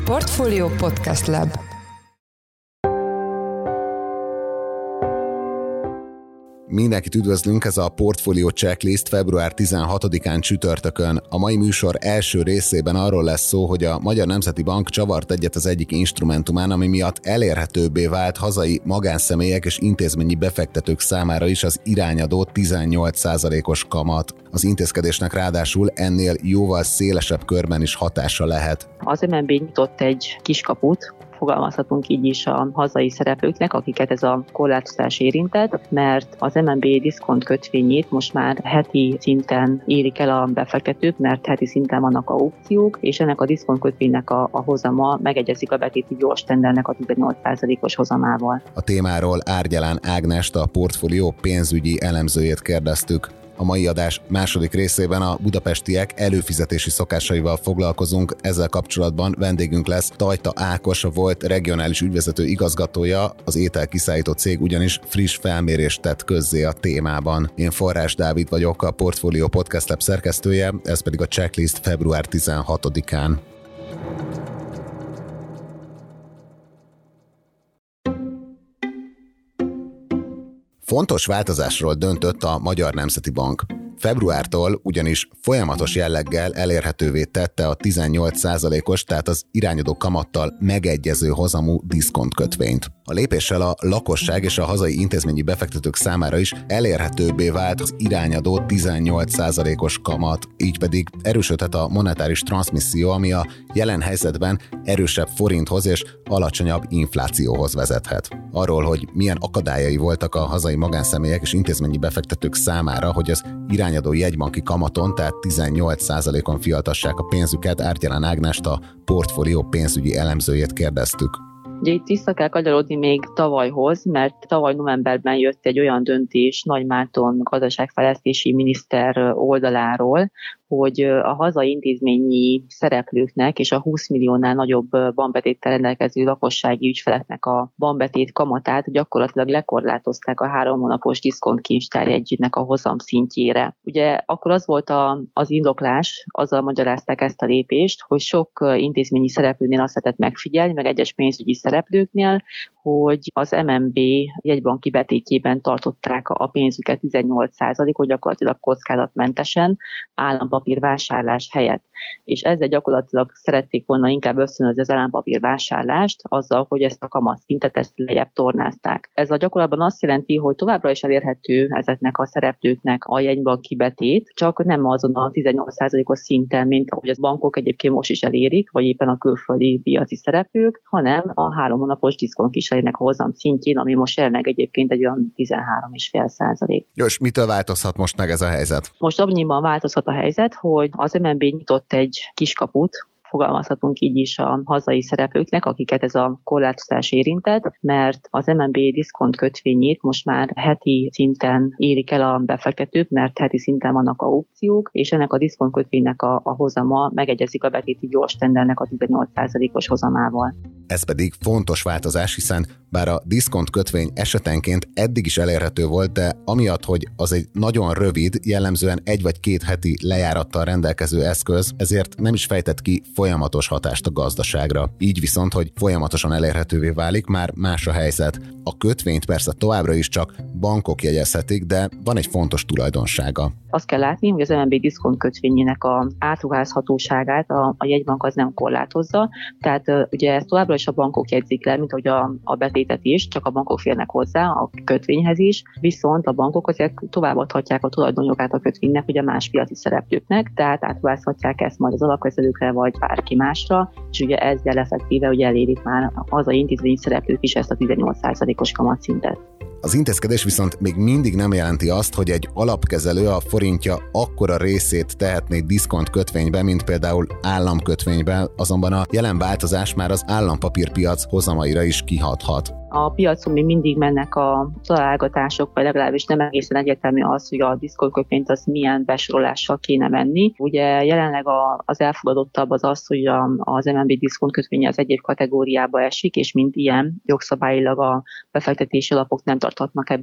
Portfolio Podcast Lab. Mindenkit üdvözlünk, ez a Portfolio Checklist február 16-án csütörtökön. A mai műsor első részében arról lesz szó, hogy a Magyar Nemzeti Bank csavart egyet az egyik instrumentumán, ami miatt elérhetőbbé vált hazai magánszemélyek és intézményi befektetők számára is az irányadó 18%-os kamat. Az intézkedésnek ráadásul ennél jóval szélesebb körben is hatása lehet. Az MNB nyitott egy kiskaput, fogalmazhatunk így is a hazai szereplőknek, akiket ez a korlátozás érintett, mert az MNB diszkont kötvényét most már heti szinten érik el a befektetők, mert heti szinten vannak aukciók, és ennek a diszkont kötvénynek a hozama megegyezik a betéti gyors tendernek a 18%-os hozamával. A témáról Árgyalán Ágnest, a Portfolio pénzügyi elemzőjét kérdeztük. A mai adás második részében a budapestiek előfizetési szokásaival foglalkozunk, ezzel kapcsolatban vendégünk lesz Tajta Ákos, a volt regionális ügyvezető igazgatója, az ételkiszállító cég ugyanis friss felmérést tett közzé a témában. Én Forrás Dávid vagyok, a Portfolio Podcast Lab szerkesztője, ez pedig a checklist február 16-án. Fontos változásról döntött a Magyar Nemzeti Bank. Februártól ugyanis folyamatos jelleggel elérhetővé tette a 18%-os, tehát az irányadó kamattal megegyező hozamú diszkontkötvényt. A lépéssel a lakosság és a hazai intézményi befektetők számára is elérhetőbbé vált az irányadó 18%-os kamat, így pedig erősödhet a monetáris transzmisszió, ami a jelen helyzetben erősebb forinthoz és alacsonyabb inflációhoz vezethet. Arról, hogy milyen akadályai voltak a hazai magánszemélyek és intézményi befektetők számára, hogy az irányadó jegybanki kamaton, tehát 18%-on fialtassák a pénzüket, Árgyalán Ágnest, a Portfolio pénzügyi elemzőjét kérdeztük. Ugye itt vissza kell kanyarodni még tavalyhoz, mert tavaly novemberben jött egy olyan döntés Nagy Márton gazdaságfejlesztési miniszter oldaláról, hogy a hazai intézményi szereplőknek és a 20 milliónál nagyobb bankbetéttel rendelkező lakossági ügyfeleknek a bankbetét kamatát gyakorlatilag lekorlátozták a 3 hónapos diszkontkincstárjegynek a hozam szintjére. Ugye akkor az volt az indoklás, azzal magyarázták ezt a lépést, hogy sok intézményi szereplőnél azt lehetett megfigyelni, meg egyes pénzügyi szereplőknél, hogy az MNB jegybanki betétjében tartották a pénzüket 18%-ot gyakorlatilag kockázatmentesen állampapírvásárlás helyett. És ezzel gyakorlatilag szerették volna inkább ösztönözni az állampapírvásárlást azzal, hogy ezt a kamatszintet ezt lejjebb tornázták. Ez a gyakorlatban azt jelenti, hogy továbbra is elérhető ezeknek a szereplőknek a jegybanki betét, csak nem azon a 18%-os szinten, mint ahogy az bankok egyébként most is elérik, vagy éppen a külföldi piaci szereplők, hanem a 3 hónapos diszkontkísérjének a hozam szintjén, ami most jelenleg egyébként egy olyan 13,5%. Jó, és mitől változhat most meg ez a helyzet? Most annyiban változhat a helyzet, hogy az MNB nyitott egy kiskaput, fogalmazhatunk így is a hazai szereplőknek, akiket ez a korlátozás érintett, mert az MNB diszkont kötvényét most már heti szinten érik el a befektetők, mert heti szinten vannak aukciók, és ennek a diszkont kötvénynek a hozama megegyezik a betéti gyors tendernek a 18%-os hozamával. Ez pedig fontos változás, hiszen bár a diszkont kötvény esetenként eddig is elérhető volt, de amiatt, hogy az egy nagyon rövid, jellemzően 1 vagy 2 heti lejárattal rendelkező eszköz, ezért nem is fejtett ki folyamatos hatást a gazdaságra. Így viszont, hogy folyamatosan elérhetővé válik, már más a helyzet. A kötvényt persze továbbra is csak bankok jegyezhetik, de van egy fontos tulajdonsága. Azt kell látni, hogy az MNB diszkont kötvényének a átruházhatóságát a jegybank az nem korlátozza, tehát ugye ezt továbbra is a bankok jegyzik le, mint hogy a betétet is, csak a bankok férnek hozzá a kötvényhez is, viszont a bankok azért továbbadhatják a tulajdonjogát a kötvénynek ugye más piaci szereplőknek, tehát átruházhatják ezt majd az alapkezelőkre vagy bárki másra, és ugye ezzel effektíve ugye elérik már a hazai intézményi szereplők is ezt a 18%-os kamatszintet. Az intézkedés viszont még mindig nem jelenti azt, hogy egy alapkezelő a forintja akkora részét tehetné diszkont kötvénybe, mint például államkötvénybe, azonban a jelen változás már az állampapírpiac hozamaira is kihathat. A piacon még mindig mennek a találgatások, vagy legalábbis nem egészen egyértelmű az, hogy a diszkontkötvényt az milyen besorolással kéne menni. Ugye jelenleg az elfogadottabb az, hogy az MNB diszkontkötvénye az egyéb kategóriába esik, és mint ilyen jogszabályilag a befektetési alapok nem tarthatnak ebből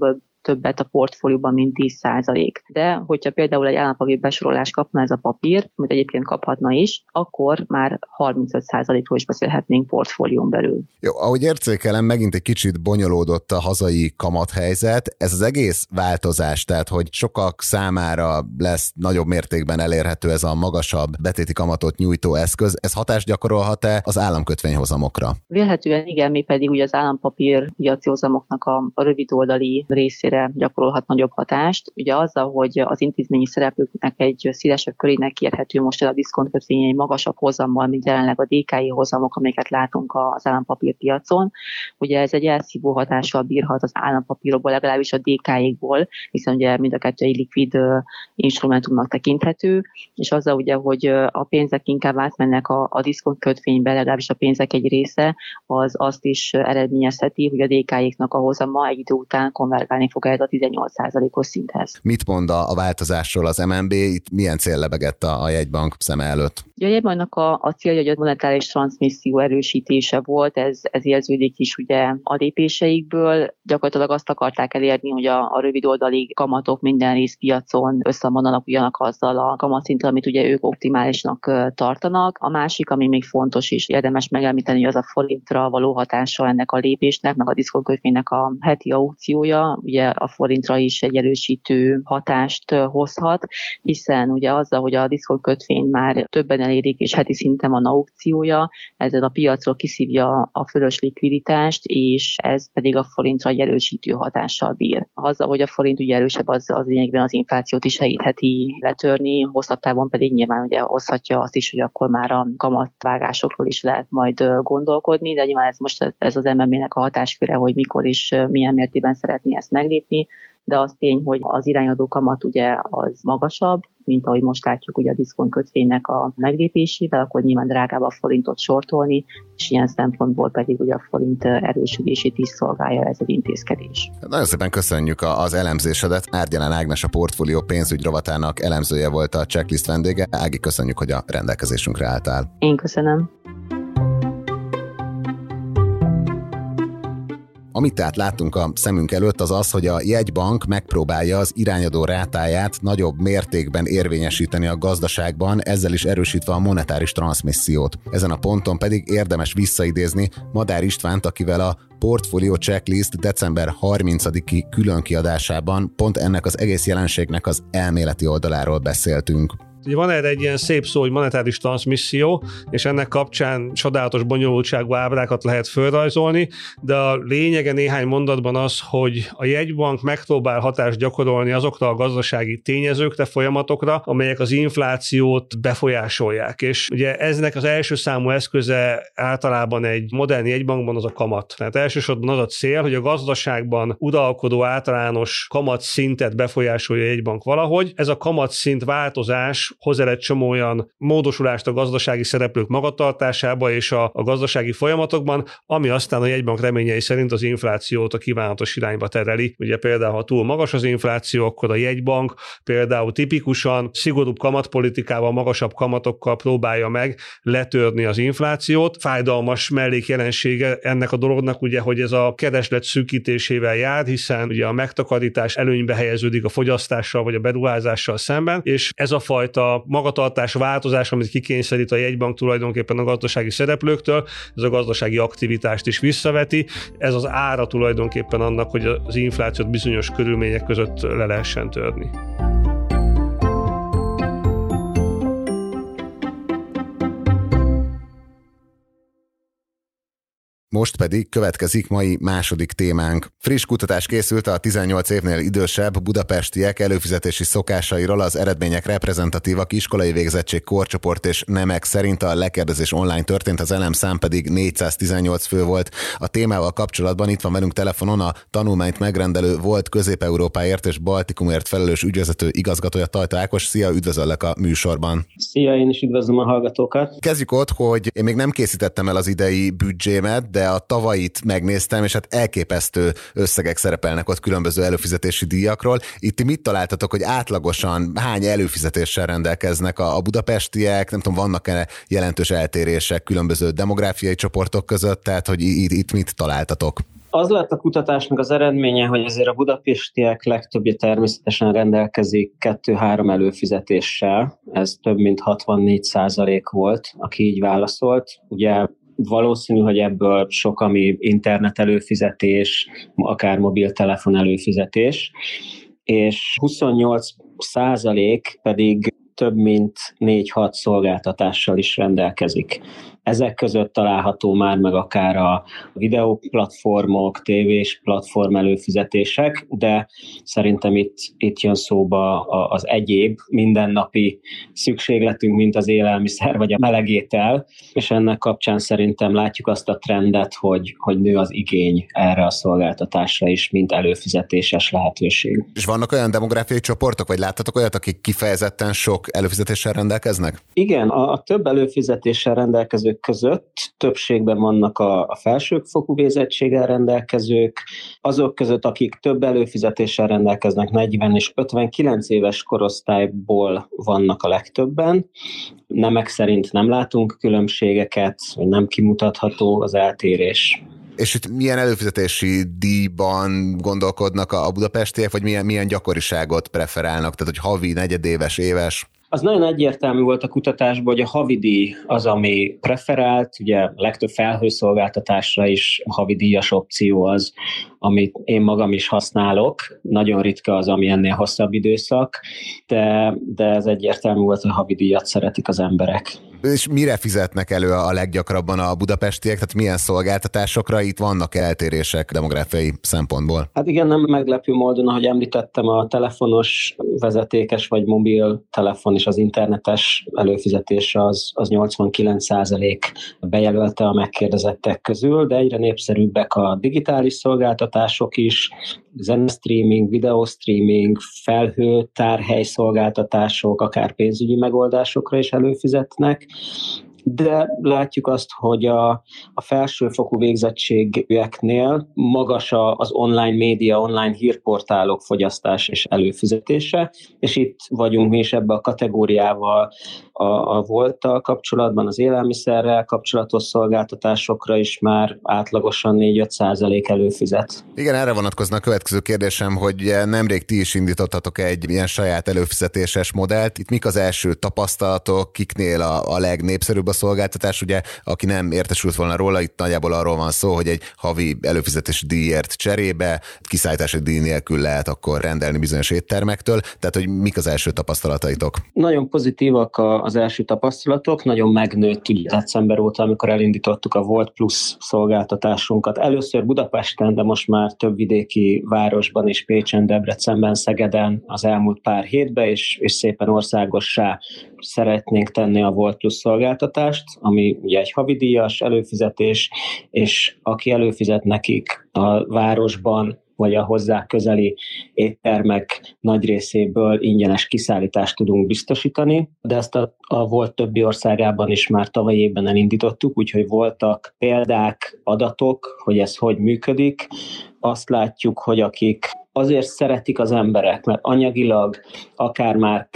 többet a portfólióban, mint 10%. De hogyha például egy állampapír besorolást kapna ez a papír, amit egyébként kaphatna is, akkor már 35%-ról is beszélhetnénk portfólión belül. Jó, ahogy érzékelem, megint egy kicsit bonyolódott a hazai kamathelyzet. Ez az egész változás, tehát hogy sokak számára lesz nagyobb mértékben elérhető ez a magasabb betéti kamatot nyújtó eszköz. Ez hatást gyakorolhat-e az államkötvényhozamokra? Vélhetően igen, mi pedig ugye az állampapír piaci hozamoknak a rövidoldali részére gyakorolhat nagyobb hatást. Ugye azzal, hogy az intézményi szereplőknek egy szélesebb körének kérhető most el a diszkontkötvényei magasabb hozammal, mint jelenleg a DKI hozamok, amiket látunk az állampapírpiacon. Ugye ez egy elszívó hatással bírhat az állampapírokból, legalábbis a DKI-ból, hiszen ugye mind a kettő egy likvid instrumentumnak tekinthető, és azzal ugye, hogy a pénzek inkább átmennek a diszkontkötvénybe, legalábbis a pénzek egy része, az azt is eredményezheti, hogy a DKI-knak a hozama egy idő után konvergálni fog ez a 18%-os szinthez. Mit mond a változásról az MNB? Itt milyen cél lebegett a jegybank szeme előtt? A jegybanknak a célja, hogy a monetáris transzmisszió erősítése volt, ez érződik is ugye a lépéseikből. Gyakorlatilag azt akarták elérni, hogy a rövidoldali kamatok minden részpiacon összemondanak ugyanazzal a kamatszinttel, amit ugye ők optimálisnak tartanak. A másik, ami még fontos is érdemes megemlíteni, az a forintra való hatása ennek a lépésnek, meg a diszkontkötvénynek a heti aukciója. Ugye a forintra is egy erősítő hatást hozhat, hiszen ugye azzal, hogy a diszkontkötvény már többen elérik, és heti szinten van aukciója, ezzel a piacról kiszívja a fölös likviditást, és ez pedig a forintra egy erősítő hatással bír. Azzal, hogy a forint ugye erősebb, az lényegben az inflációt is segítheti letörni, hosszabb távon pedig nyilván ugye hozhatja azt is, hogy akkor már a kamatvágásokról is lehet majd gondolkodni, de nyilván ez az MNB-nek a hatásköre, hogy mikor is milyen mértékben szeretné ezt meglépni, de az tény, hogy az irányadó kamat ugye az magasabb, mint ahogy most látjuk ugye a diszkontkötvénynek a meglépésével, akkor nyilván drágább a forintot sortolni, és ilyen szempontból pedig ugye a forint erősödését is szolgálja ez az intézkedés. Nagyon szépen köszönjük az elemzésedet. Árgyalán Ágnes, a Portfólió pénzügy rovatának elemzője volt a Checklist vendége. Ági, köszönjük, hogy a rendelkezésünkre álltál. Én köszönöm. Amit tehát láttunk a szemünk előtt, az az, hogy a jegybank megpróbálja az irányadó rátáját nagyobb mértékben érvényesíteni a gazdaságban, ezzel is erősítve a monetáris transzmissziót. Ezen a ponton pedig érdemes visszaidézni Madár Istvánt, akivel a Portfólió Checklist december 30-i különkiadásában pont ennek az egész jelenségnek az elméleti oldaláról beszéltünk. Ugye van erre egy ilyen szép szó, hogy monetáris transzmisszió, és ennek kapcsán csodálatos bonyolultságú ábrákat lehet fölrajzolni, de a lényege néhány mondatban az, hogy a jegybank megpróbál hatást gyakorolni azokra a gazdasági tényezőkre, folyamatokra, amelyek az inflációt befolyásolják. És ugye eznek az első számú eszköze általában egy modern jegybankban az a kamat. Tehát elsősorban az a cél, hogy a gazdaságban uralkodó általános kamatszintet befolyásolja a jegybank valahogy. Ez a kamatszint változás hozzá egy csomó olyan módosulást a gazdasági szereplők magatartásába és a gazdasági folyamatokban, ami aztán a jegybank reményei szerint az inflációt a kívánatos irányba tereli. Ugye például, ha túl magas az infláció, akkor a jegybank például tipikusan szigorúbb kamatpolitikával, magasabb kamatokkal próbálja meg letörni az inflációt. Fájdalmas mellékjelensége ennek a dolognak ugye, hogy ez a kereslet szűkítésével jár, hiszen ugye a megtakarítás előnybe helyeződik a fogyasztással vagy a beruházással szemben, és ez a fajta magatartás változás, amit kikényszerít a jegybank tulajdonképpen a gazdasági szereplőktől, ez a gazdasági aktivitást is visszaveti. Ez az ára tulajdonképpen annak, hogy az inflációt bizonyos körülmények között le lehessen törni. Most pedig következik mai második témánk. Friss kutatás készült a 18 évnél idősebb budapestiek előfizetési szokásairól, az eredmények reprezentatívak, iskolai végzettség, korcsoport és nemek szerint. A lekérdezés online történt, az elemszám pedig 418 fő volt. A témával kapcsolatban itt van velünk telefonon a tanulmányt megrendelő volt Közép-Európáért és Baltikumért felelős ügyvezető igazgatója, Tajta Ákos. Szia, üdvözöllek a műsorban. Szia, én is üdvözlöm a hallgatókat. Kezdjük ott, hogy én még nem készítettem el az idei büdzsémet, de a tavait megnéztem, és hát elképesztő összegek szerepelnek ott különböző előfizetési díjakról. Itt mit találtatok, hogy átlagosan hány előfizetéssel rendelkeznek a budapestiek? Nem tudom, vannak-e jelentős eltérések különböző demográfiai csoportok között, tehát hogy itt mit találtatok? Az lett a kutatásnak az eredménye, hogy azért a budapestiek legtöbbje természetesen rendelkezik 2-3 előfizetéssel. Ez több mint 64% volt, aki így válaszolt. Ugye valószínű, hogy ebből sok, ami internet előfizetés, akár mobiltelefon előfizetés, és 28% pedig több mint 4-6 szolgáltatással is rendelkezik. Ezek között található már meg akár a videóplatformok, tévés platform előfizetések, de szerintem itt jön szóba az egyéb mindennapi szükségletünk, mint az élelmiszer vagy a melegétel, és ennek kapcsán szerintem látjuk azt a trendet, hogy nő az igény erre a szolgáltatásra is, mint előfizetéses lehetőség. És vannak olyan demográfiai csoportok, vagy láttatok olyat, akik kifejezetten sok előfizetéssel rendelkeznek? Igen, a több előfizetéssel rendelkezők között többségben vannak a felsőfokú végzettséggel rendelkezők, azok között, akik több előfizetéssel rendelkeznek, 40 és 59 éves korosztályból vannak a legtöbben. Nemek szerint nem látunk különbségeket, vagy nem kimutatható az eltérés. És itt milyen előfizetési díjban gondolkodnak a budapestiek, vagy milyen gyakoriságot preferálnak? Tehát, hogy havi, negyedéves, éves? Az nagyon egyértelmű volt a kutatásban, hogy a havidíj az, ami preferált, ugye legtöbb felhőszolgáltatásra is havidíjas opció az, amit én magam is használok. Nagyon ritka az, ami ennél hosszabb időszak, de ez egyértelmű volt, hogy havidíjat szeretik az emberek. És mire fizetnek elő a leggyakrabban a budapestiek? Tehát milyen szolgáltatásokra? Itt vannak eltérések demográfiai szempontból? Hát igen, nem meglepő módon, ahogy említettem, a telefonos, vezetékes vagy mobil telefon és az internetes előfizetés az 89% bejelölte a megkérdezettek közül, de egyre népszerűbbek a digitális szolgáltatások is, zenestreaming, videostreaming, felhő, tárhely szolgáltatások, akár pénzügyi megoldásokra is előfizetnek, de látjuk azt, hogy a felsőfokú végzettségűeknél magas az online média, online hírportálok fogyasztás és előfizetése, és itt vagyunk mi is ebbe a kategóriával a volttal kapcsolatban, az élelmiszerrel kapcsolatos szolgáltatásokra is már átlagosan 4-5% előfizet. Igen, erre vonatkozna a következő kérdésem, hogy nemrég ti is indítottatok egy ilyen saját előfizetéses modellt. Itt mik az első tapasztalatok, kiknél a legnépszerűbb a szolgáltatás? Ugye, aki nem értesült volna róla, itt nagyjából arról van szó, hogy egy havi előfizetési díjért cserébe kiszállítási díj nélkül lehet akkor rendelni bizonyos éttermektől. Tehát, hogy mik az első tapasztalataitok? Nagyon pozitívak az első tapasztalatok, nagyon megnőtt ugye december óta, amikor elindítottuk a Volt Plus szolgáltatásunkat. Először Budapesten, de most már több vidéki városban is, Pécsen, Debrecenben, Szegeden az elmúlt pár hétben, és szépen országossá szeretnénk tenni a Volt Plus szolgáltatást, ami ugye egy havidíjas előfizetés, és aki előfizet nekik a városban, vagy a hozzá közeli éttermek nagy részéből ingyenes kiszállítást tudunk biztosítani, de ezt a Volt többi országában is már tavaly évben elindítottuk, úgyhogy voltak példák, adatok, hogy ez hogy működik. Azt látjuk, hogy akik azért szeretik az emberek, mert anyagilag akár már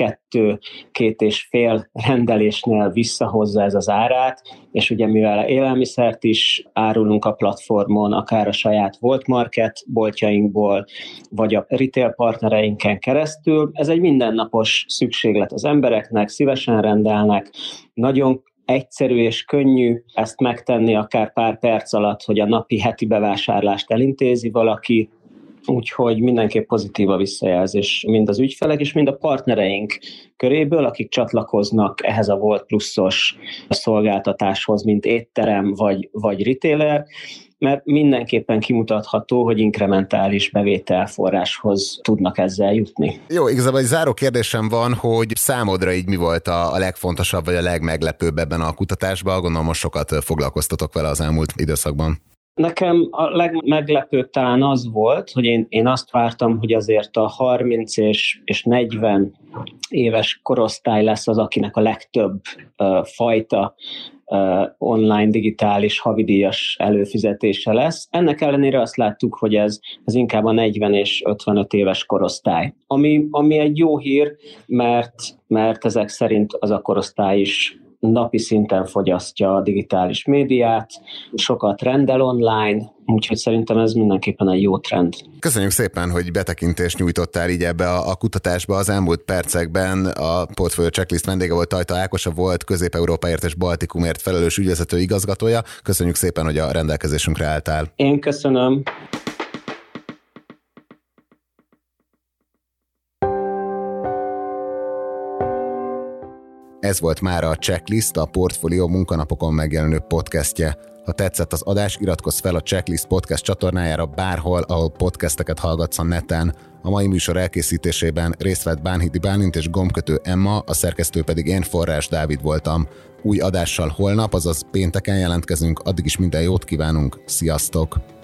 2-2,5 rendelésnél visszahozza ez az árát, és ugye mivel élelmiszert is árulunk a platformon, akár a saját Volt Market boltjainkból, vagy a retail partnereinken keresztül, ez egy mindennapos szükséglet az embereknek, szívesen rendelnek, nagyon egyszerű és könnyű ezt megtenni akár pár perc alatt, hogy a napi, heti bevásárlást elintézi valaki, úgyhogy mindenképp pozitív a visszajelzés mind az ügyfelek és mind a partnereink köréből, akik csatlakoznak ehhez a Volt Pluszos szolgáltatáshoz, mint étterem vagy retailer, mert mindenképpen kimutatható, hogy inkrementális bevételforráshoz tudnak ezzel jutni. Jó, igazából egy záró kérdésem van, hogy számodra így mi volt a legfontosabb, vagy a legmeglepőbb ebben a kutatásban? Gondolom, most sokat foglalkoztatok vele az elmúlt időszakban. Nekem a legmeglepőbb talán az volt, hogy én azt vártam, hogy azért a 30 és 40 éves korosztály lesz az, akinek a legtöbb fajta online digitális havidíjas előfizetése lesz. Ennek ellenére azt láttuk, hogy ez inkább a 40 és 55 éves korosztály. Ami egy jó hír, mert ezek szerint az a korosztály is napi szinten fogyasztja a digitális médiát, sokat rendel online, úgyhogy szerintem ez mindenképpen egy jó trend. Köszönjük szépen, hogy betekintést nyújtottál így ebbe a kutatásba. Az elmúlt percekben a Portfolio Checklist vendége volt Tajta Ákos, a volt Közép-Európáért és Baltikumért felelős ügyvezető igazgatója. Köszönjük szépen, hogy a rendelkezésünkre álltál. Én köszönöm. Ez volt már a Checklist, a Portfolio munkanapokon megjelenő podcastje. Ha tetszett az adás, iratkozz fel a Checklist podcast csatornájára bárhol, ahol podcasteket hallgatsz a neten. A mai műsor elkészítésében részt vett Bánhidi Bálint és gombkötő Emma, a szerkesztő pedig én, Forrás Dávid voltam. Új adással holnap, azaz pénteken jelentkezünk, addig is minden jót kívánunk, sziasztok!